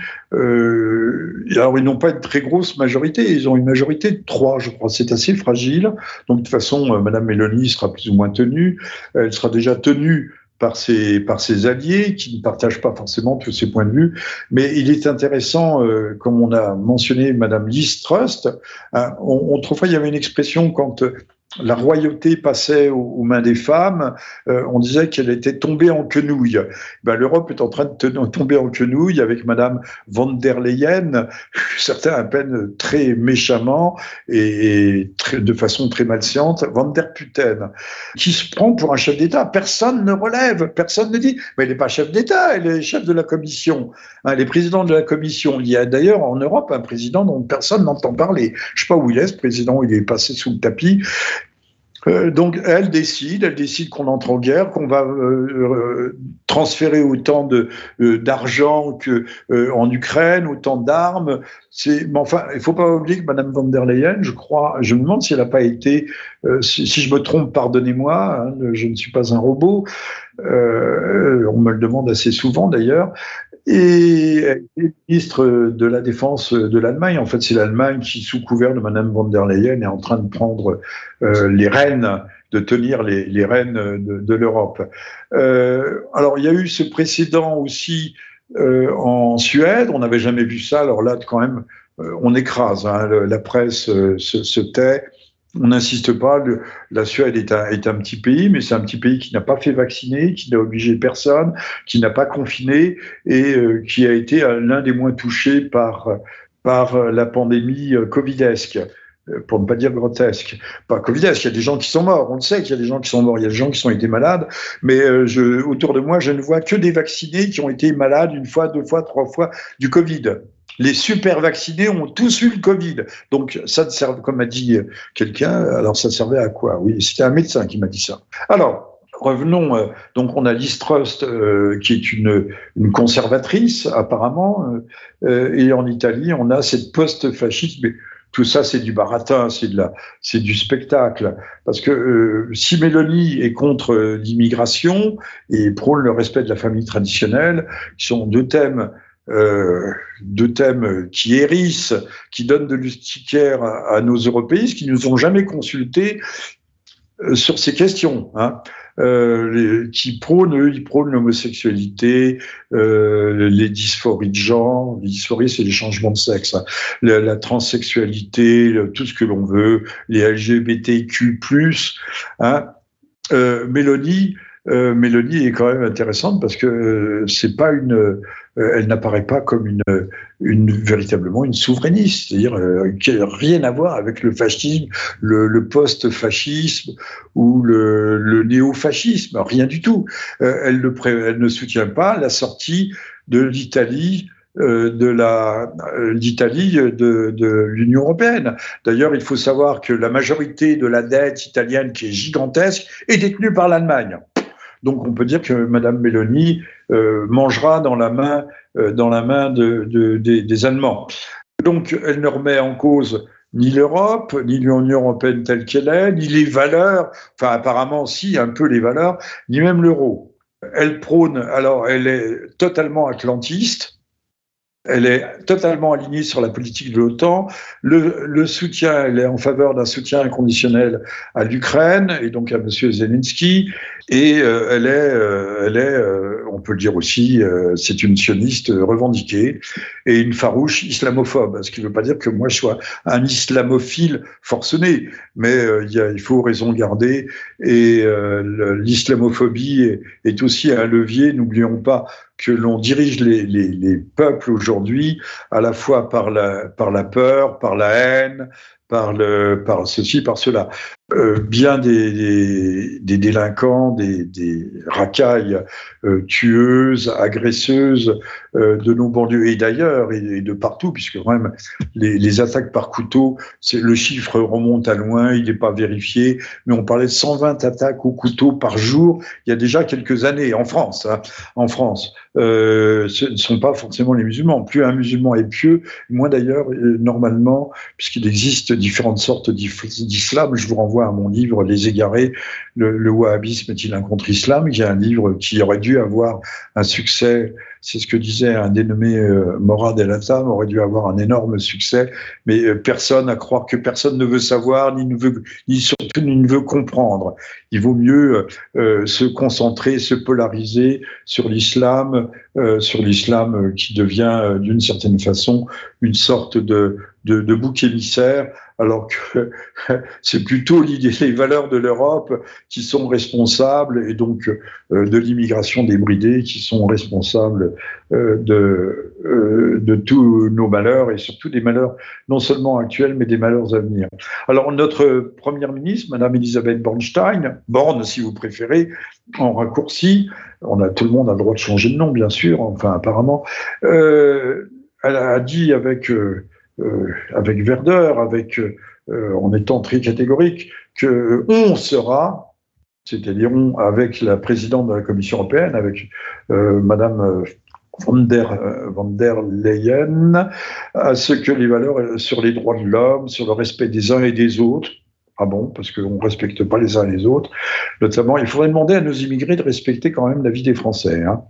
Euh, alors ils n'ont pas une très grosse majorité. Ils ont une majorité de trois, je crois. C'est assez fragile. Donc de toute façon, euh, Madame Meloni sera plus ou moins tenue. Elle sera déjà tenue par ses, par ses alliés qui ne partagent pas forcément tous ses points de vue. Mais il est intéressant, euh, comme on a mentionné Madame Liz Truss, hein, on, autrefois il y avait une expression quand euh, la royauté passait aux, aux mains des femmes, euh, on disait qu'elle était tombée en quenouille. Ben, l'Europe est en train de ten- tomber en quenouille avec Madame von der Leyen, certains appellent très méchamment et, et très, de façon très malséante, von der Putten, qui se prend pour un chef d'État. Personne ne relève, personne ne dit, mais elle n'est pas chef d'État, elle est chef de la Commission. Hein, elle est présidente de la Commission. Il y a d'ailleurs en Europe un président dont personne n'entend parler. Je ne sais pas où il est, ce président, il est passé sous le tapis. Euh, donc elle décide, elle décide qu'on entre en guerre, qu'on va euh, euh, transférer autant de euh, d'argent que euh, en Ukraine, autant d'armes. C'est, mais enfin, il faut pas oublier que Madame von der Leyen, je crois, je me demande si elle n'a pas été, euh, si, si je me trompe, pardonnez-moi, hein, je ne suis pas un robot. Euh, on me le demande assez souvent d'ailleurs. Et elle est ministre de la Défense de l'Allemagne. En fait, c'est l'Allemagne qui, sous couvert de Madame von der Leyen, est en train de prendre euh, les rênes, de tenir les, les rênes de, de l'Europe. Euh, alors, il y a eu ce précédent aussi euh, en Suède. On n'avait jamais vu ça. Alors là, quand même, euh, on écrase. Hein, le, la presse euh, se, se tait. On n'insiste pas. Le, la Suède est un, est un petit pays, mais c'est un petit pays qui n'a pas fait vacciner, qui n'a obligé personne, qui n'a pas confiné et euh, qui a été l'un des moins touchés par, par la pandémie covidesque, pour ne pas dire grotesque. Pas covidesque, il y a des gens qui sont morts, on le sait qu'il y a des gens qui sont morts, il y a des gens qui ont été malades, mais euh, je, autour de moi, je ne vois que des vaccinés qui ont été malades une fois, deux fois, trois fois du Covid. Les super vaccinés ont tous eu le Covid. Donc, ça ne sert, comme a dit quelqu'un, alors ça servait à quoi? Oui, c'était un médecin qui m'a dit ça. Alors, revenons, euh, donc on a Liz Truss, euh, qui est une, une conservatrice, apparemment, euh, et en Italie, on a cette post-fasciste, mais tout ça, c'est du baratin, c'est de la, c'est du spectacle. Parce que euh, si Mélanie est contre euh, l'immigration et prône le respect de la famille traditionnelle, qui sont deux thèmes Euh, deux thèmes qui hérissent, qui donnent de l'usticaire à, à nos européistes, qui nous ont jamais consultés euh, sur ces questions, hein. Euh, les, qui prônent, eux, ils prônent l'homosexualité, euh, les dysphories de genre. Les dysphories, c'est les changements de sexe, hein. La, la transsexualité, le, tout ce que l'on veut, les L G B T Q plus, hein. Euh, Mélanie, euh, Mélanie est quand même intéressante parce que euh, c'est pas une, euh, elle n'apparaît pas comme une, une véritablement une souverainiste, c'est-à-dire euh, qui n'a rien à voir avec le fascisme, le, le post-fascisme ou le, le néo-fascisme, rien du tout. Euh, elle, ne pré, elle ne soutient pas la sortie de l'Italie. Euh, de la l'Italie de, de l'Union européenne. D'ailleurs, il faut savoir que la majorité de la dette italienne, qui est gigantesque, est détenue par l'Allemagne. Donc, on peut dire que Madame Meloni euh, mangera dans la main, euh, dans la main de, de, de, des Allemands. Donc, elle ne remet en cause ni l'Europe, ni l'Union européenne telle qu'elle est, ni les valeurs, enfin apparemment si, un peu les valeurs, ni même l'euro. Elle prône, alors elle est totalement atlantiste. Elle est totalement alignée sur la politique de l'OTAN. Le, le soutien, elle est en faveur d'un soutien inconditionnel à l'Ukraine et donc à M. Zelensky. Et euh, elle est, euh, elle est euh, on peut le dire aussi, euh, c'est une sioniste revendiquée et une farouche islamophobe. Ce qui ne veut pas dire que moi je sois un islamophile forcené, mais euh, il, y a, il faut raison garder. Et euh, l'islamophobie est, est aussi un levier. N'oublions pas que l'on dirige les, les, les peuples aujourd'hui à la fois par la, par la peur, par la haine, par, le, par ceci, par cela. Euh, bien des, des, des délinquants, des, des racailles euh, tueuses, agresseuses euh, de nos banlieues et d'ailleurs et, et de partout, puisque même les, les attaques par couteau, c'est, le chiffre remonte à loin, il n'est pas vérifié, mais on parlait de cent vingt attaques au couteau par jour il y a déjà quelques années en France. Hein, en France, euh, ce ne sont pas forcément les musulmans. Plus un musulman est pieux, moins d'ailleurs euh, normalement, puisqu'il existe différentes sortes d'islam. Je vous renvoie à mon livre Les Égarés, le, le wahhabisme est-il un contre-islam, qui est un livre qui aurait dû avoir un succès, c'est ce que disait un dénommé euh, Morad El-Hattam, aurait dû avoir un énorme succès, mais euh, personne, à croire que personne ne veut savoir, ni ne veut, ni surtout ni ne veut comprendre. Il vaut mieux euh, se concentrer, se polariser sur l'islam, euh, sur l'islam qui devient euh, d'une certaine façon une sorte de, de, de bouc émissaire, alors que c'est plutôt l'idée, les valeurs de l'Europe qui sont responsables, et donc euh, de l'immigration débridée qui sont responsables euh, de, euh, de tous nos malheurs, et surtout des malheurs non seulement actuels, mais des malheurs à venir. Alors notre première ministre, Madame Elisabeth Bornstein, Borne si vous préférez, en raccourci, on a, tout le monde a le droit de changer de nom, bien sûr, enfin apparemment, euh, elle a dit avec... Euh, Euh, avec verdeur, avec, euh, en étant très catégorique, que on sera, c'est-à-dire on, avec la présidente de la Commission européenne, avec euh, Madame von der, euh, von der Leyen, à ce que les valeurs sur les droits de l'homme, sur le respect des uns et des autres. Ah bon, parce qu'on ne respecte pas les uns et les autres. Notamment, il faudrait demander à nos immigrés de respecter quand même la vie des Français. Hein.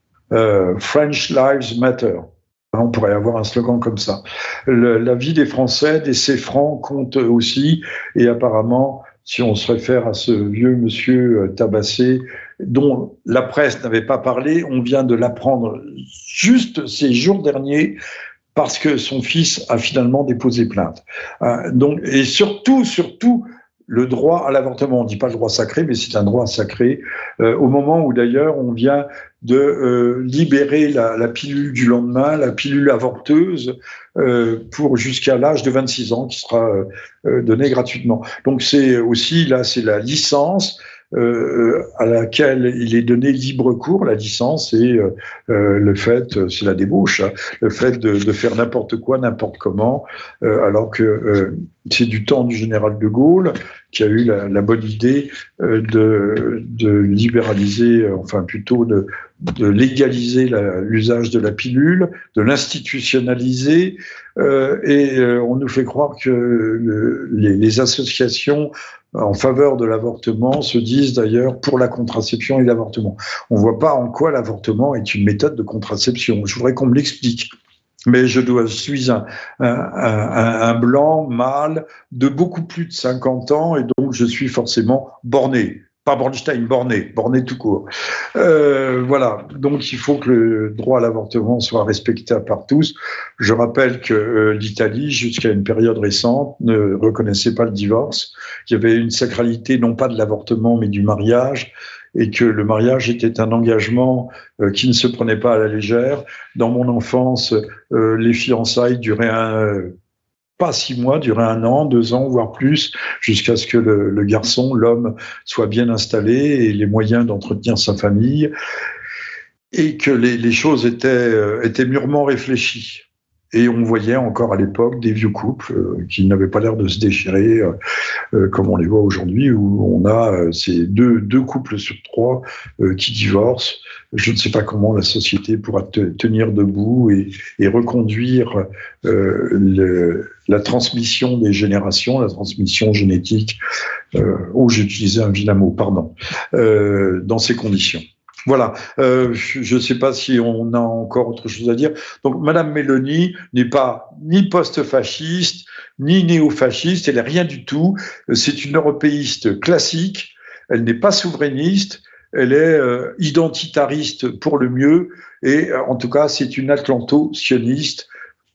Euh, French Lives Matter. On pourrait avoir un slogan comme ça. Le, la vie des Français, des C francs compte aussi, et apparemment, si on se réfère à ce vieux monsieur tabassé, dont la presse n'avait pas parlé, on vient de l'apprendre juste ces jours derniers, parce que son fils a finalement déposé plainte. Euh, donc, et surtout, surtout, le droit à l'avortement. On ne dit pas le droit sacré, mais c'est un droit sacré, euh, au moment où d'ailleurs on vient de euh, libérer la, la pilule du lendemain, la pilule avorteuse, euh, pour jusqu'à l'âge de vingt-six ans, qui sera euh, donnée gratuitement. Donc c'est aussi, là, c'est la licence euh, à laquelle il est donné libre cours. La licence, et euh, euh, le fait, c'est la débauche, hein, le fait de, de faire n'importe quoi, n'importe comment, euh, alors que euh, c'est du temps du général de Gaulle qui a eu la, la bonne idée euh, de, de libéraliser, euh, enfin plutôt de, de légaliser la, l'usage de la pilule, de l'institutionnaliser, euh, et euh, on nous fait croire que le, les, les associations en faveur de l'avortement se disent d'ailleurs pour la contraception et l'avortement. On ne voit pas en quoi l'avortement est une méthode de contraception. Je voudrais qu'on me l'explique. Mais je, dois, je suis un, un, un, un blanc mâle de beaucoup plus de cinquante ans, et donc je suis forcément borné. Pas Bornstein, borné, borné tout court. Euh, voilà, donc il faut que le droit à l'avortement soit respecté par tous. Je rappelle que euh, l'Italie, jusqu'à une période récente, ne reconnaissait pas le divorce. Il y avait une sacralité non pas de l'avortement, mais du mariage, et que le mariage était un engagement euh, qui ne se prenait pas à la légère. Dans mon enfance, euh, les fiançailles duraient un... Euh, pas six mois, durait un an, deux ans, voire plus, jusqu'à ce que le, le garçon, l'homme, soit bien installé et les moyens d'entretenir sa famille, et que les, les choses étaient, euh, étaient mûrement réfléchies. Et on voyait encore à l'époque des vieux couples euh, qui n'avaient pas l'air de se déchirer, euh, euh, comme on les voit aujourd'hui, où on a euh, ces deux, deux couples sur trois euh, qui divorcent. Je ne sais pas comment la société pourra te, tenir debout et, et reconduire euh, le, la transmission des générations, la transmission génétique. Euh, oh, j'ai utilisé un vilain mot, pardon, euh, dans ces conditions. Voilà, euh, je ne sais pas si on a encore autre chose à dire. Donc, Madame Meloni n'est pas ni post-fasciste, ni néo-fasciste, elle n'est rien du tout. C'est une européiste classique, elle n'est pas souverainiste, elle est euh, identitariste pour le mieux, et euh, en tout cas, c'est une atlanto-sioniste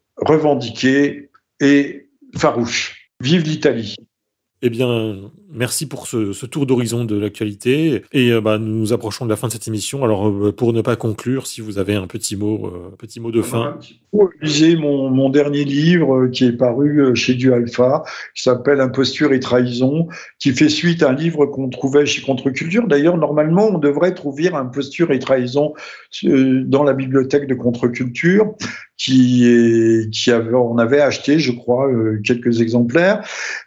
revendiquée et farouche. Vive l'Italie! Eh bien, merci pour ce, ce tour d'horizon de l'actualité. Et euh, bah, nous nous approchons de la fin de cette émission. Alors, euh, pour ne pas conclure, si vous avez un petit mot, euh, petit mot de fin. Lisez mon, mon dernier livre euh, qui est paru euh, chez Du Alpha, qui s'appelle Imposture et trahison, qui fait suite à un livre qu'on trouvait chez Contre-Culture. D'ailleurs, normalement, on devrait trouver Imposture et trahison euh, dans la bibliothèque de Contre-Culture, qui, est, qui avait, on avait acheté, je crois, euh, quelques exemplaires,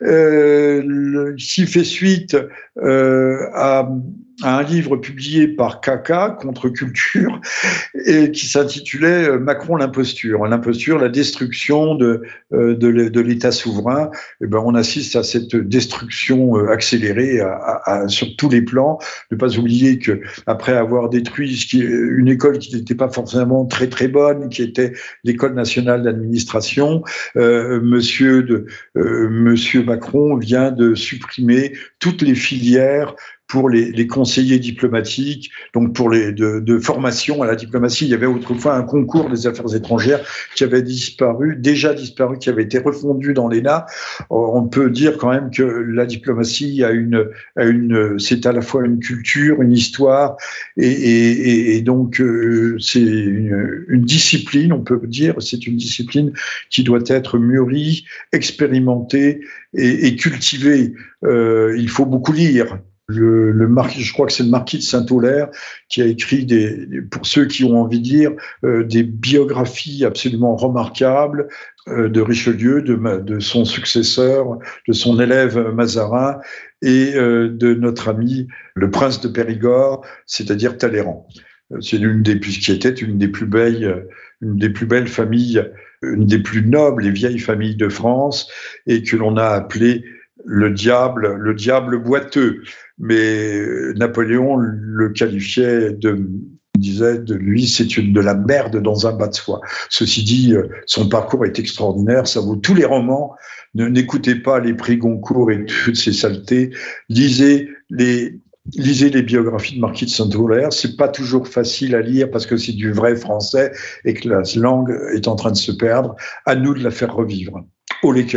euh, le, qui fait suite euh, à, à un livre publié par Caca, Contre-Culture, et qui s'intitulait Macron l'imposture. L'imposture, la destruction de, de, de l'État souverain. Et ben, on assiste à cette destruction accélérée à, à, à, sur tous les plans. Ne pas oublier que après avoir détruit ce qui, une école qui n'était pas forcément très très bonne, qui était l'École nationale d'administration, euh, Monsieur de euh, Monsieur Macron vient de supprimer toutes les filières pour les, les conseillers diplomatiques, donc pour les de, de formation à la diplomatie. Il y avait autrefois un concours des affaires étrangères qui avait disparu, déjà disparu, qui avait été refondu dans l'E N A. On peut dire quand même que la diplomatie a une, a une, c'est à la fois une culture, une histoire, et, et, et donc euh, c'est une, une discipline, on peut dire, c'est une discipline qui doit être mûrie, expérimentée et, et cultivée. Euh, il faut beaucoup lire. Le, le marquis, je crois que c'est le marquis de Saint-Aulaire qui a écrit des, pour ceux qui ont envie de lire, euh, des biographies absolument remarquables euh, de Richelieu, de, de son successeur, de son élève Mazarin et euh, de notre ami le prince de Périgord, c'est-à-dire Talleyrand. C'est l'une des qui était une des plus belles, une des plus belles familles, une des plus nobles et vieilles familles de France, et que l'on a appelé le diable, le diable boiteux. Mais Napoléon le qualifiait de, disait de lui, c'est une de la merde dans un bas de soie. Ceci dit, son parcours est extraordinaire, ça vaut tous les romans. Ne, n'écoutez pas les prix Goncourt et toutes ces saletés. Lisez les, lisez les biographies de Marquis de Saint-Aulaire. C'est pas toujours facile à lire parce que c'est du vrai français et que la langue est en train de se perdre. À nous de la faire revivre. Haut les cœurs.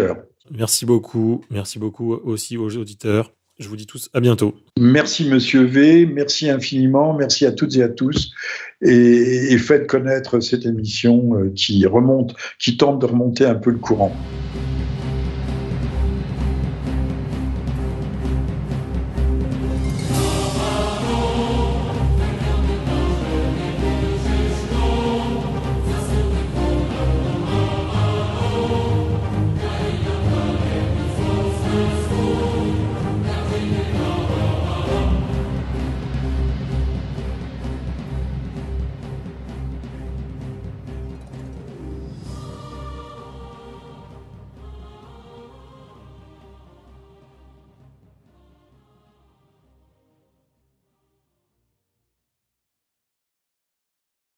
Merci beaucoup. Merci beaucoup aussi aux auditeurs. Je vous dis tous à bientôt. Merci Monsieur V, merci infiniment, merci à toutes et à tous, et, et faites connaître cette émission qui remonte, qui tente de remonter un peu le courant.